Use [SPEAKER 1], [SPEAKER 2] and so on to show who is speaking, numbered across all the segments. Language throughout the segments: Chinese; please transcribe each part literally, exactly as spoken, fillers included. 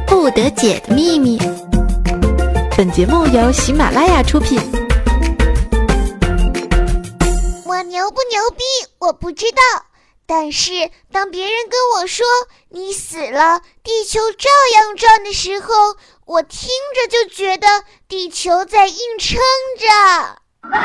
[SPEAKER 1] 不得解的秘密。本节目由喜马拉雅出品。
[SPEAKER 2] 我牛不牛逼我不知道，但是当别人跟我说你死了地球照样转的时候，我听着就觉得地球在硬撑着。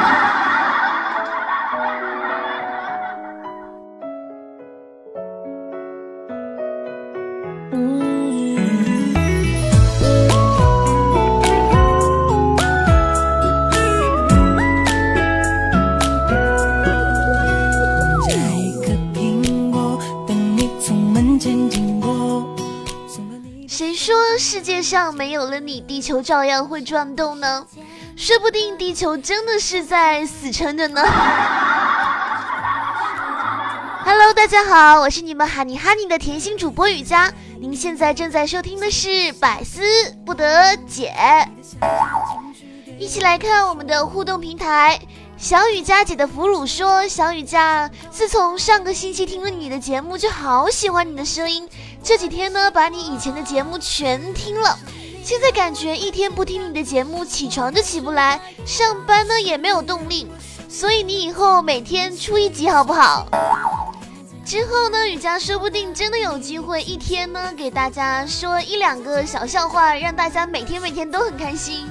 [SPEAKER 2] 谁说世界上没有了你，地球照样会转动呢？说不定地球真的是在死撑着呢。Hello， 大家好，我是你们哈尼哈尼的甜心主播雨佳，您现在正在收听的是百思不得解。一起来看我们的互动平台。小雨佳姐的腐乳说，小雨佳，自从上个星期听了你的节目，就好喜欢你的声音，这几天呢把你以前的节目全听了，现在感觉一天不听你的节目起床就起不来，上班呢也没有动力，所以你以后每天出一集好不好？之后呢，雨佳说不定真的有机会一天呢给大家说一两个小笑话，让大家每天每天都很开心。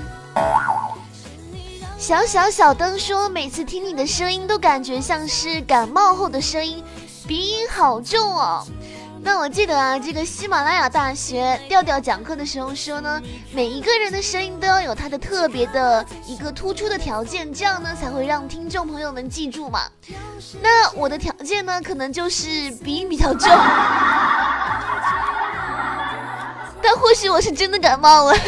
[SPEAKER 2] 小小小灯说，每次听你的声音都感觉像是感冒后的声音，鼻音好重哦。那我记得啊，这个喜马拉雅大学调调讲课的时候说呢，每一个人的声音都要有它的特别的一个突出的条件，这样呢才会让听众朋友们记住嘛。那我的条件呢，可能就是鼻音比较重，但或许我是真的感冒了。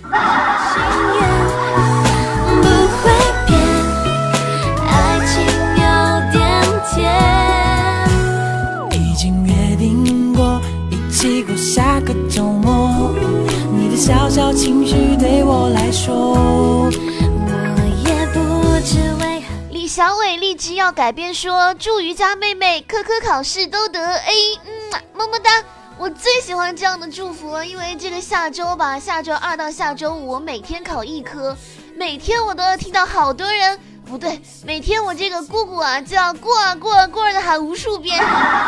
[SPEAKER 3] 下个周末，你的小小情绪对我来说，我也不知为何。
[SPEAKER 2] 李小伟立志要改变说，祝瑜伽妹妹科科考试都得 A， 嗯，么么哒。我最喜欢这样的祝福了，因为这个下周吧，下周二到下周五，我每天考一科，每天我都要听到好多人，不对，每天我这个姑姑啊就要过啊过啊过啊的喊无数遍。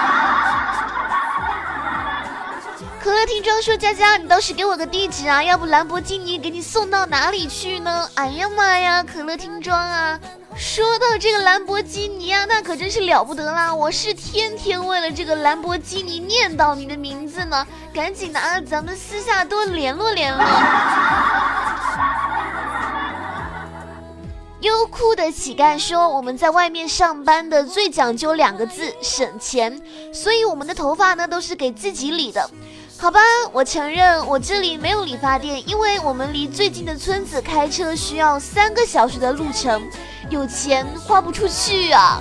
[SPEAKER 2] 可乐听装说，佳佳你倒是给我个地址啊，要不兰博基尼给你送到哪里去呢？哎呀妈呀，可乐听装啊，说到这个兰博基尼啊，那可真是了不得啦，我是天天为了这个兰博基尼念叨你的名字呢，赶紧的啊，咱们私下多联络联络。优酷的乞丐说，我们在外面上班的最讲究两个字，省钱，所以我们的头发呢都是给自己理的。好吧，我承认我这里没有理发店，因为我们离最近的村子开车需要三个小时的路程，有钱花不出去啊。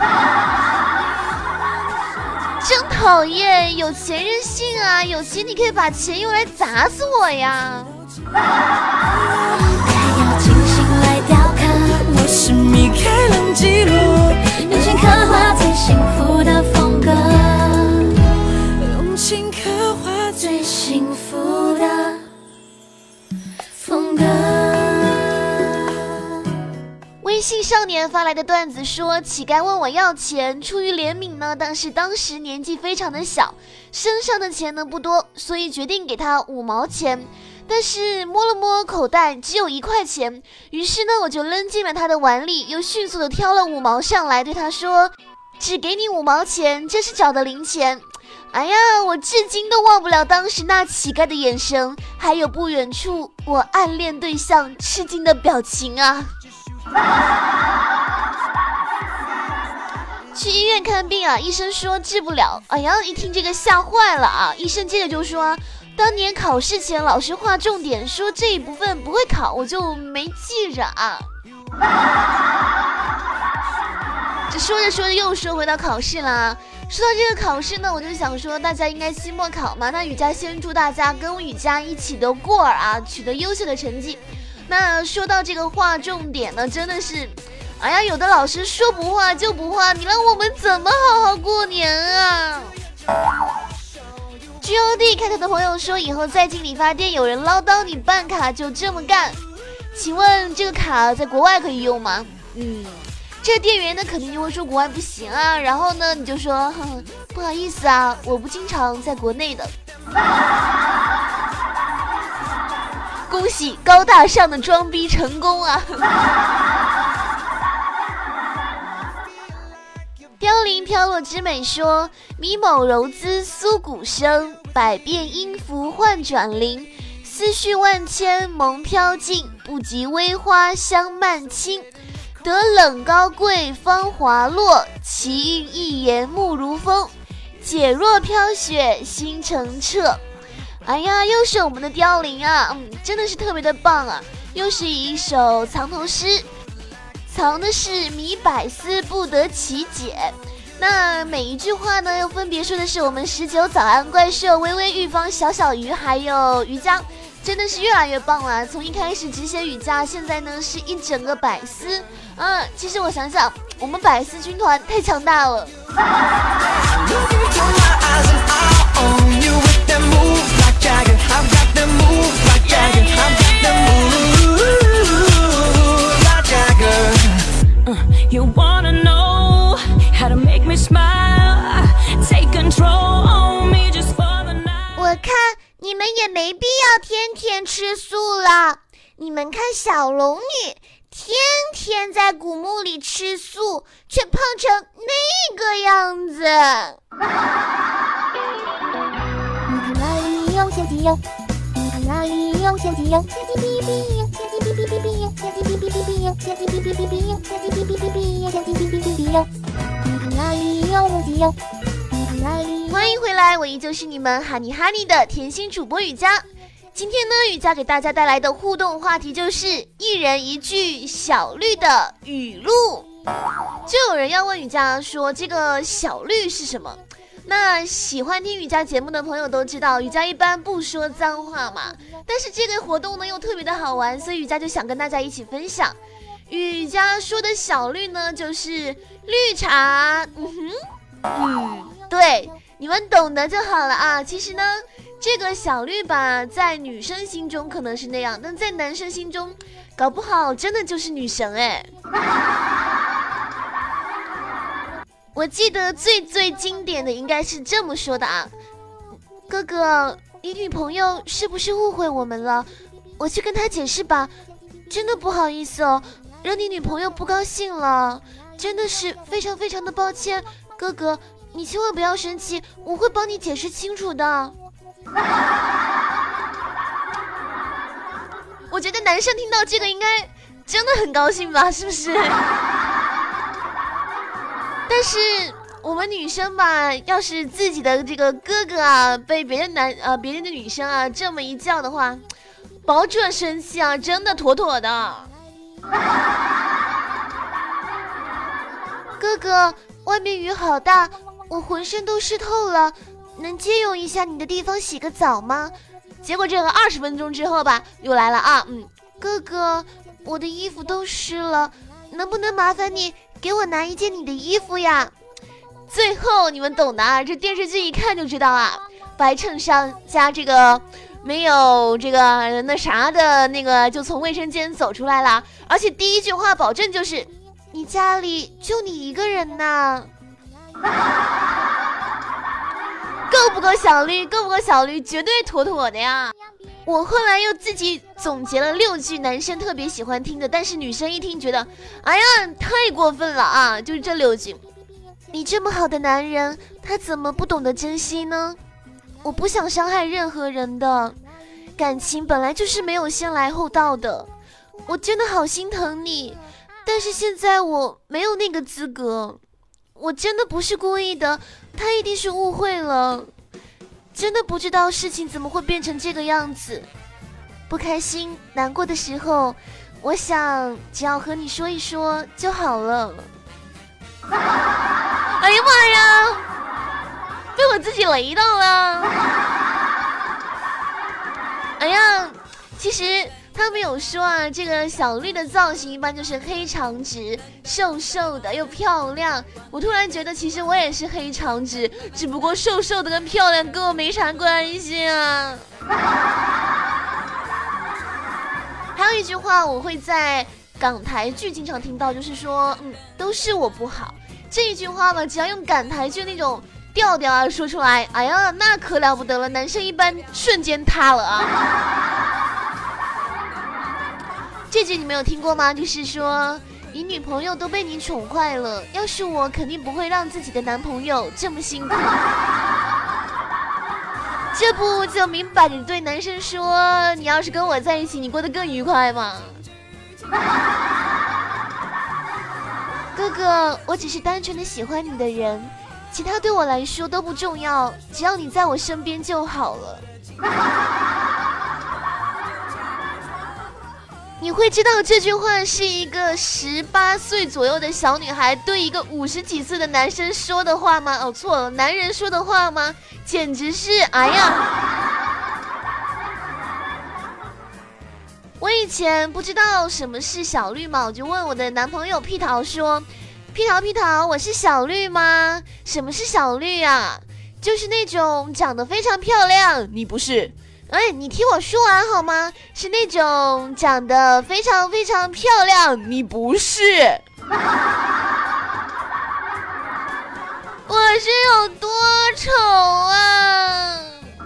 [SPEAKER 2] 真讨厌，有钱任性啊，有钱你可以把钱用来砸死我呀。
[SPEAKER 3] 我是米开朗基罗，用心刻画最幸福的风格，用心刻画最幸福的风格。
[SPEAKER 2] 微信少年发来的段子说，乞丐问我要钱，出于怜悯呢，但是当时年纪非常的小，身上的钱呢不多，所以决定给他五毛钱。但是摸了摸口袋，只有一块钱，于是呢我就扔进了他的碗里，又迅速的挑了五毛上来，对他说，只给你五毛钱，这是找的零钱。哎呀，我至今都忘不了当时那乞丐的眼神，还有不远处我暗恋对象吃惊的表情啊。去医院看病啊，医生说治不了。哎呀，一听这个吓坏了啊！医生接着就说，当年考试前老师划重点说这一部分不会考，我就没记着啊。这说着说着又说回到考试啦。说到这个考试呢，我就想说大家应该期末考嘛，那雨佳先祝大家跟雨佳一起都过儿啊，取得优秀的成绩。那说到这个划重点呢，真的是哎呀，有的老师说不画就不画，你让我们怎么好好过年啊？ G O D 开头的朋友说，以后再进理发店有人唠叨你办卡就这么干。请问这个卡在国外可以用吗？嗯，这个店员呢肯定就会说国外不行啊，然后呢你就说哼，不好意思啊，我不经常在国内的。恭喜高大上的装逼成功啊！凋零飘落之美说，米某柔姿苏鼓声，百变音符换转灵，思绪万千蒙飘尽，不及微花香漫青，得冷高贵芳滑落，奇韵一言目如风，解若飘雪星澄澈。哎呀，又是我们的凋零啊，嗯，真的是特别的棒啊！又是一首藏头诗，藏的是迷百思不得其解。那每一句话呢，又分别说的是我们十九早安怪兽、微微玉芳、小小鱼，还有瑜伽，真的是越来越棒了。从一开始只写瑜伽，现在呢是一整个百思。嗯，其实我想想，我们百思军团太强大了。
[SPEAKER 3] You wanna know how to make me smile? Take control on me just for the night.
[SPEAKER 2] 我看你们也没必要天天吃素了。你们看小龙女，天天在古墓里吃素，却胖成那个样子。
[SPEAKER 4] 你看哪里有小鸡哟？你看哪里有小鸡哟？小鸡哔哔哟，小鸡哔哔哔哔哟，小鸡哔哔哔哔哟，小鸡哔哔哔哔哟，小鸡哔哔哔哔哟，小鸡哔哔哔哔哟。你看哪里有母鸡哟？你看哪里？
[SPEAKER 2] 欢迎回来，我依旧是你们哈尼哈尼的甜心主播雨佳。今天呢，雨佳给大家带来的互动话题就是一人一句小绿的语录。就有人要问雨佳说，这个小绿是什么？那喜欢听雨佳节目的朋友都知道，雨佳一般不说脏话嘛，但是这个活动呢又特别的好玩，所以雨佳就想跟大家一起分享。雨佳说的小绿呢，就是绿茶。嗯哼，嗯，对，你们懂得就好了啊。其实呢，这个小绿吧，在女生心中可能是那样，但在男生心中，搞不好真的就是女神哎。我记得最最经典的应该是这么说的啊，哥哥，你女朋友是不是误会我们了？我去跟她解释吧，真的不好意思哦，让你女朋友不高兴了，真的是非常非常的抱歉，哥哥，你千万不要生气，我会帮你解释清楚的。我觉得男生听到这个应该真的很高兴吧，是不是？但是我们女生吧，要是自己的这个哥哥啊，被别人男呃别人的女生啊这么一叫的话，保准生气啊，真的妥妥的。哥哥，外面雨好大，我浑身都湿透了，能借用一下你的地方洗个澡吗？结果这个二十分钟之后吧，又来了啊，嗯，哥哥，我的衣服都湿了，能不能麻烦你给我拿一件你的衣服呀？最后你们懂的啊，这电视剧一看就知道啊，白衬衫加这个没有这个那啥的那个，就从卫生间走出来了，而且第一句话保证就是你家里就你一个人呐。够不够小绿？够不够小绿？绝对妥妥的呀！我后来又自己总结了六句男生特别喜欢听的，但是女生一听觉得，哎呀，太过分了啊！就是这六句。你这么好的男人，他怎么不懂得珍惜呢？我不想伤害任何人的，感情本来就是没有先来后到的。我真的好心疼你，但是现在我没有那个资格。我真的不是故意的，他一定是误会了。真的不知道事情怎么会变成这个样子。不开心、难过的时候，我想只要和你说一说就好了。哎呀妈呀，被我自己雷到了。哎呀，其实他他们有说啊，这个小绿的造型一般就是黑长直，瘦瘦的又漂亮。我突然觉得，其实我也是黑长直，只不过瘦瘦的跟漂亮跟我没啥关系啊。还有一句话我会在港台剧经常听到，就是说，嗯，都是我不好。这一句话嘛，只要用港台剧那种调调啊说出来，哎呀，那可了不得了，男生一般瞬间塌了啊。这句你没有听过吗？就是说，你女朋友都被你宠坏了，要是我肯定不会让自己的男朋友这么辛苦。这不就明摆着对男生说，你要是跟我在一起，你过得更愉快吗？哥哥，我只是单纯的喜欢你的人，其他对我来说都不重要，只要你在我身边就好了。你会知道这句话是一个十八岁左右的小女孩对一个五十几岁的男生说的话吗？哦，错了，男人说的话吗？简直是，哎呀！我以前不知道什么是小绿嘛，我就问我的男朋友屁桃说：“屁桃屁桃，我是小绿吗？什么是小绿啊？就是那种长得非常漂亮，你不是？哎，你听我说完好吗？是那种长得非常非常漂亮，你不是？我是有多丑啊？”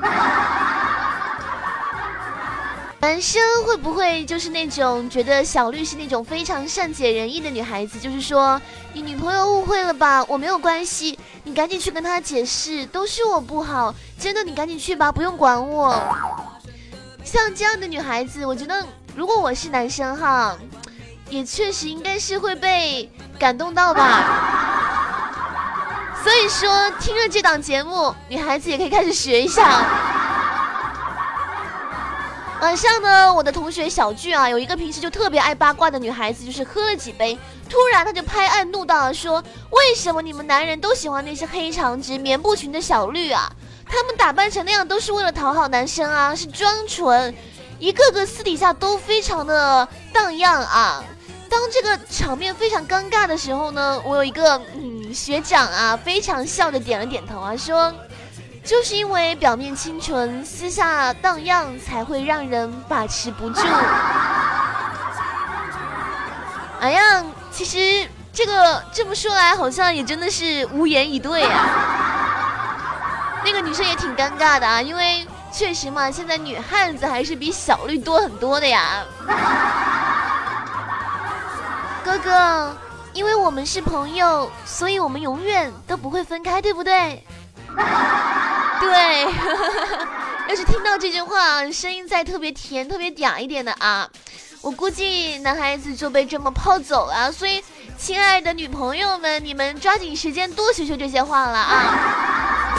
[SPEAKER 2] 男生会不会就是那种觉得小绿是那种非常善解人意的女孩子？就是说，你女朋友误会了吧？我没有关系，你赶紧去跟她解释，都是我不好，真的，你赶紧去吧，不用管我。像这样的女孩子，我觉得如果我是男生哈，也确实应该是会被感动到吧。所以说，听了这档节目，女孩子也可以开始学一下。晚上呢，我的同学小聚啊，有一个平时就特别爱八卦的女孩子，就是喝了几杯，突然她就拍案怒道说：“为什么你们男人都喜欢那些黑长直、棉布裙的小绿啊？他们打扮成那样都是为了讨好男生啊，是装纯，一个个私底下都非常的荡漾啊。”当这个场面非常尴尬的时候呢，我有一个嗯学长啊，非常笑着点了点头啊，说：“就是因为表面清纯，私下荡漾，才会让人把持不住。”哎呀，其实这个这么说来，好像也真的是无言以对啊。那个女生也挺尴尬的啊，因为确实嘛，现在女汉子还是比小绿多很多的呀。哥哥，因为我们是朋友，所以我们永远都不会分开，对不对？对，要是听到这句话，声音再特别甜、特别嗲一点的啊，我估计男孩子就被这么抛走了。所以，亲爱的女朋友们，你们抓紧时间多学学这些话了啊！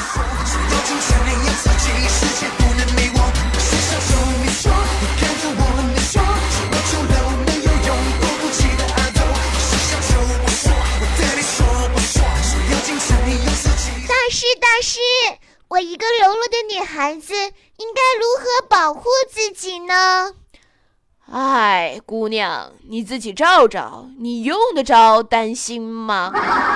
[SPEAKER 4] 大师，大师。我一个柔弱的女孩子应该如何保护自己呢？
[SPEAKER 5] 哎，姑娘，你自己照照，你用得着担心吗？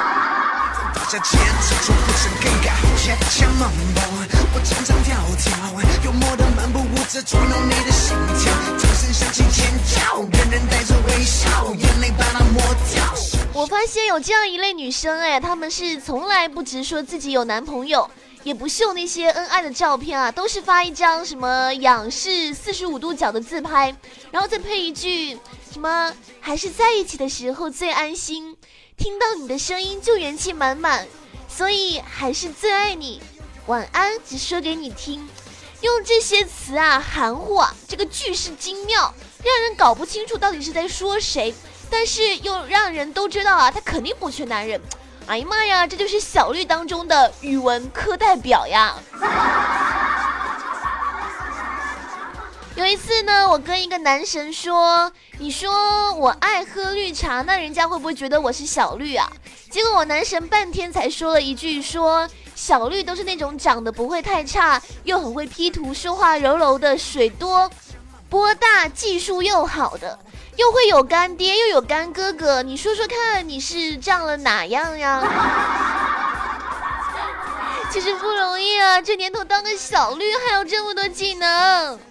[SPEAKER 2] 我发现有这样一类女生，哎，她们是从来不直说自己有男朋友，也不秀那些恩爱的照片啊，都是发一张什么仰视四十五度角的自拍，然后再配一句什么还是在一起的时候最安心，听到你的声音就元气满满，所以还是最爱你，晚安只说给你听。用这些词啊，含糊啊，这个句式精妙，让人搞不清楚到底是在说谁，但是又让人都知道啊，他肯定不缺男人。哎呀妈呀，这就是小绿当中的语文科代表呀！有一次呢，我跟一个男神说：“你说我爱喝绿茶，那人家会不会觉得我是小绿啊？”结果我男神半天才说了一句说：“小绿都是那种长得不会太差，又很会 P 图，说话柔柔的水多。” 波大技术又好的，又会有干爹又有干哥哥，你说说看你是占了哪样呀？其实不容易啊，这年头当个小绿还有这么多技能。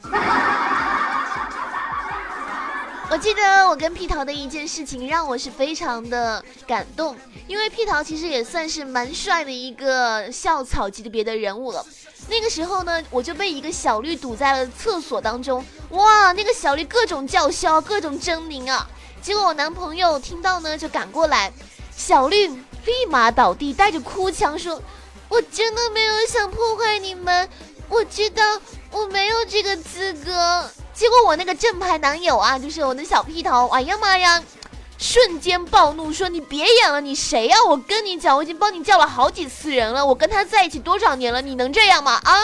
[SPEAKER 2] 我记得我跟屁桃的一件事情让我是非常的感动，因为屁桃其实也算是蛮帅的一个校草级别的人物了。那个时候呢，我就被一个小绿堵在了厕所当中，哇，那个小绿各种叫嚣，各种狰狞啊！结果我男朋友听到呢，就赶过来，小绿立马倒地，带着哭腔说：“我真的没有想破坏你们，我知道我没有这个资格。”结果我那个正牌男友啊，就是我的小屁桃，哎呀妈呀，瞬间暴怒说：“你别演了，你谁呀、啊？我跟你讲，我已经帮你叫了好几次人了，我跟他在一起多少年了，你能这样吗？啊！”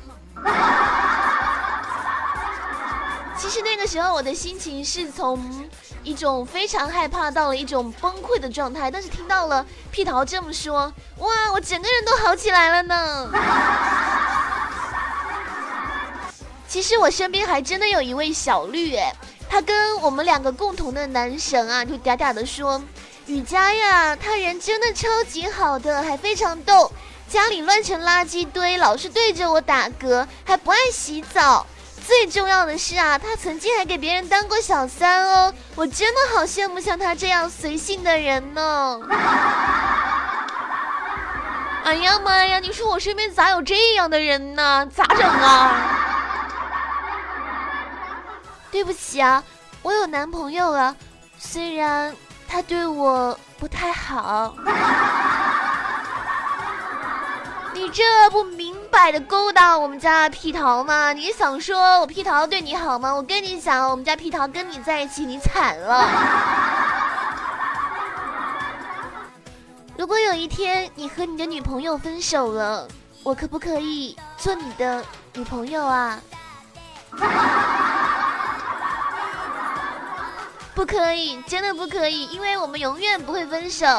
[SPEAKER 2] 其实那个时候我的心情是从一种非常害怕到了一种崩溃的状态，但是听到了屁桃这么说，哇，我整个人都好起来了呢。其实我身边还真的有一位小绿，哎，他跟我们两个共同的男神啊，就嗲嗲的说：“雨佳呀，他人真的超级好的，还非常逗，家里乱成垃圾堆，老是对着我打嗝，还不爱洗澡。最重要的是啊，他曾经还给别人当过小三哦，我真的好羡慕像他这样随性的人呢。”哎呀妈呀，你说我身边咋有这样的人呢？咋整啊？对不起啊，我有男朋友了，虽然他对我不太好。你这不明摆的勾搭我们家屁桃吗？你想说我屁桃对你好吗？我跟你讲，我们家屁桃跟你在一起，你惨了。如果有一天你和你的女朋友分手了，我可不可以做你的女朋友啊？不可以，真的不可以，因为我们永远不会分手。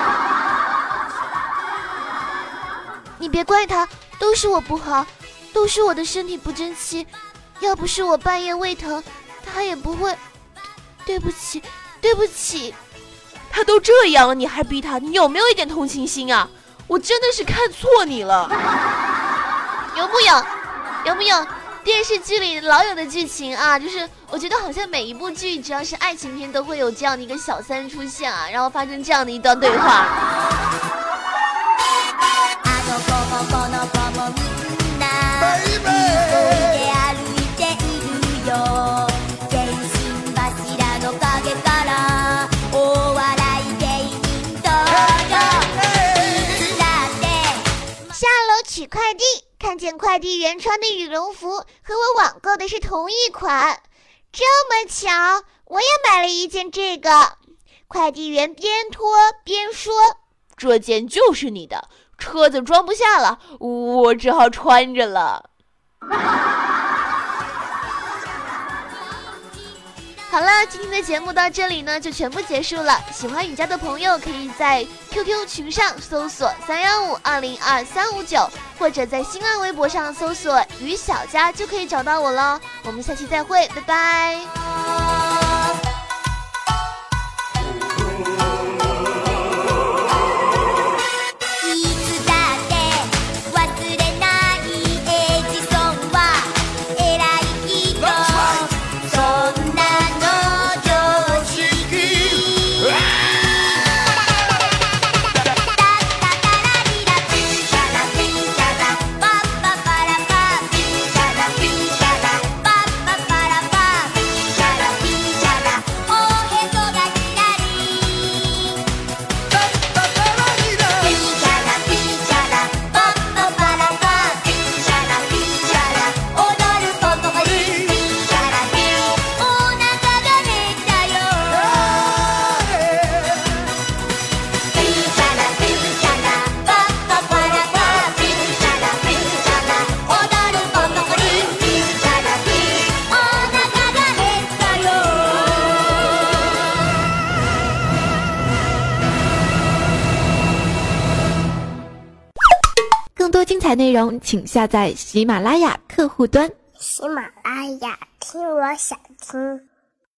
[SPEAKER 2] 你别怪他，都是我不好，都是我的身体不争气，要不是我半夜胃疼，他也不会。对不起，对不起。
[SPEAKER 5] 他都这样了，你还逼他，你有没有一点同情心啊？我真的是看错你了。
[SPEAKER 2] 有木有？有木有？电视剧里老有的剧情啊，就是我觉得好像每一部剧只要是爱情片都会有这样的一个小三出现啊，然后发生这样的一段对话。
[SPEAKER 4] 下楼取快递，看见快递员穿的羽绒服和我网购的是同一款，这么巧，我也买了一件这个。快递员边拖边说：“
[SPEAKER 5] 这件就是你的，车子装不下了，我只好穿着了。”
[SPEAKER 2] 好了，今天的节目到这里呢就全部结束了。喜欢雨佳的朋友可以在 Q Q 群上搜索三幺五二零二三五九，或者在新浪微博上搜索雨小佳就可以找到我了。我们下期再会，拜拜。
[SPEAKER 1] 更多精彩内容，请下载喜马拉雅客户端。
[SPEAKER 4] 喜马拉雅，听我想听。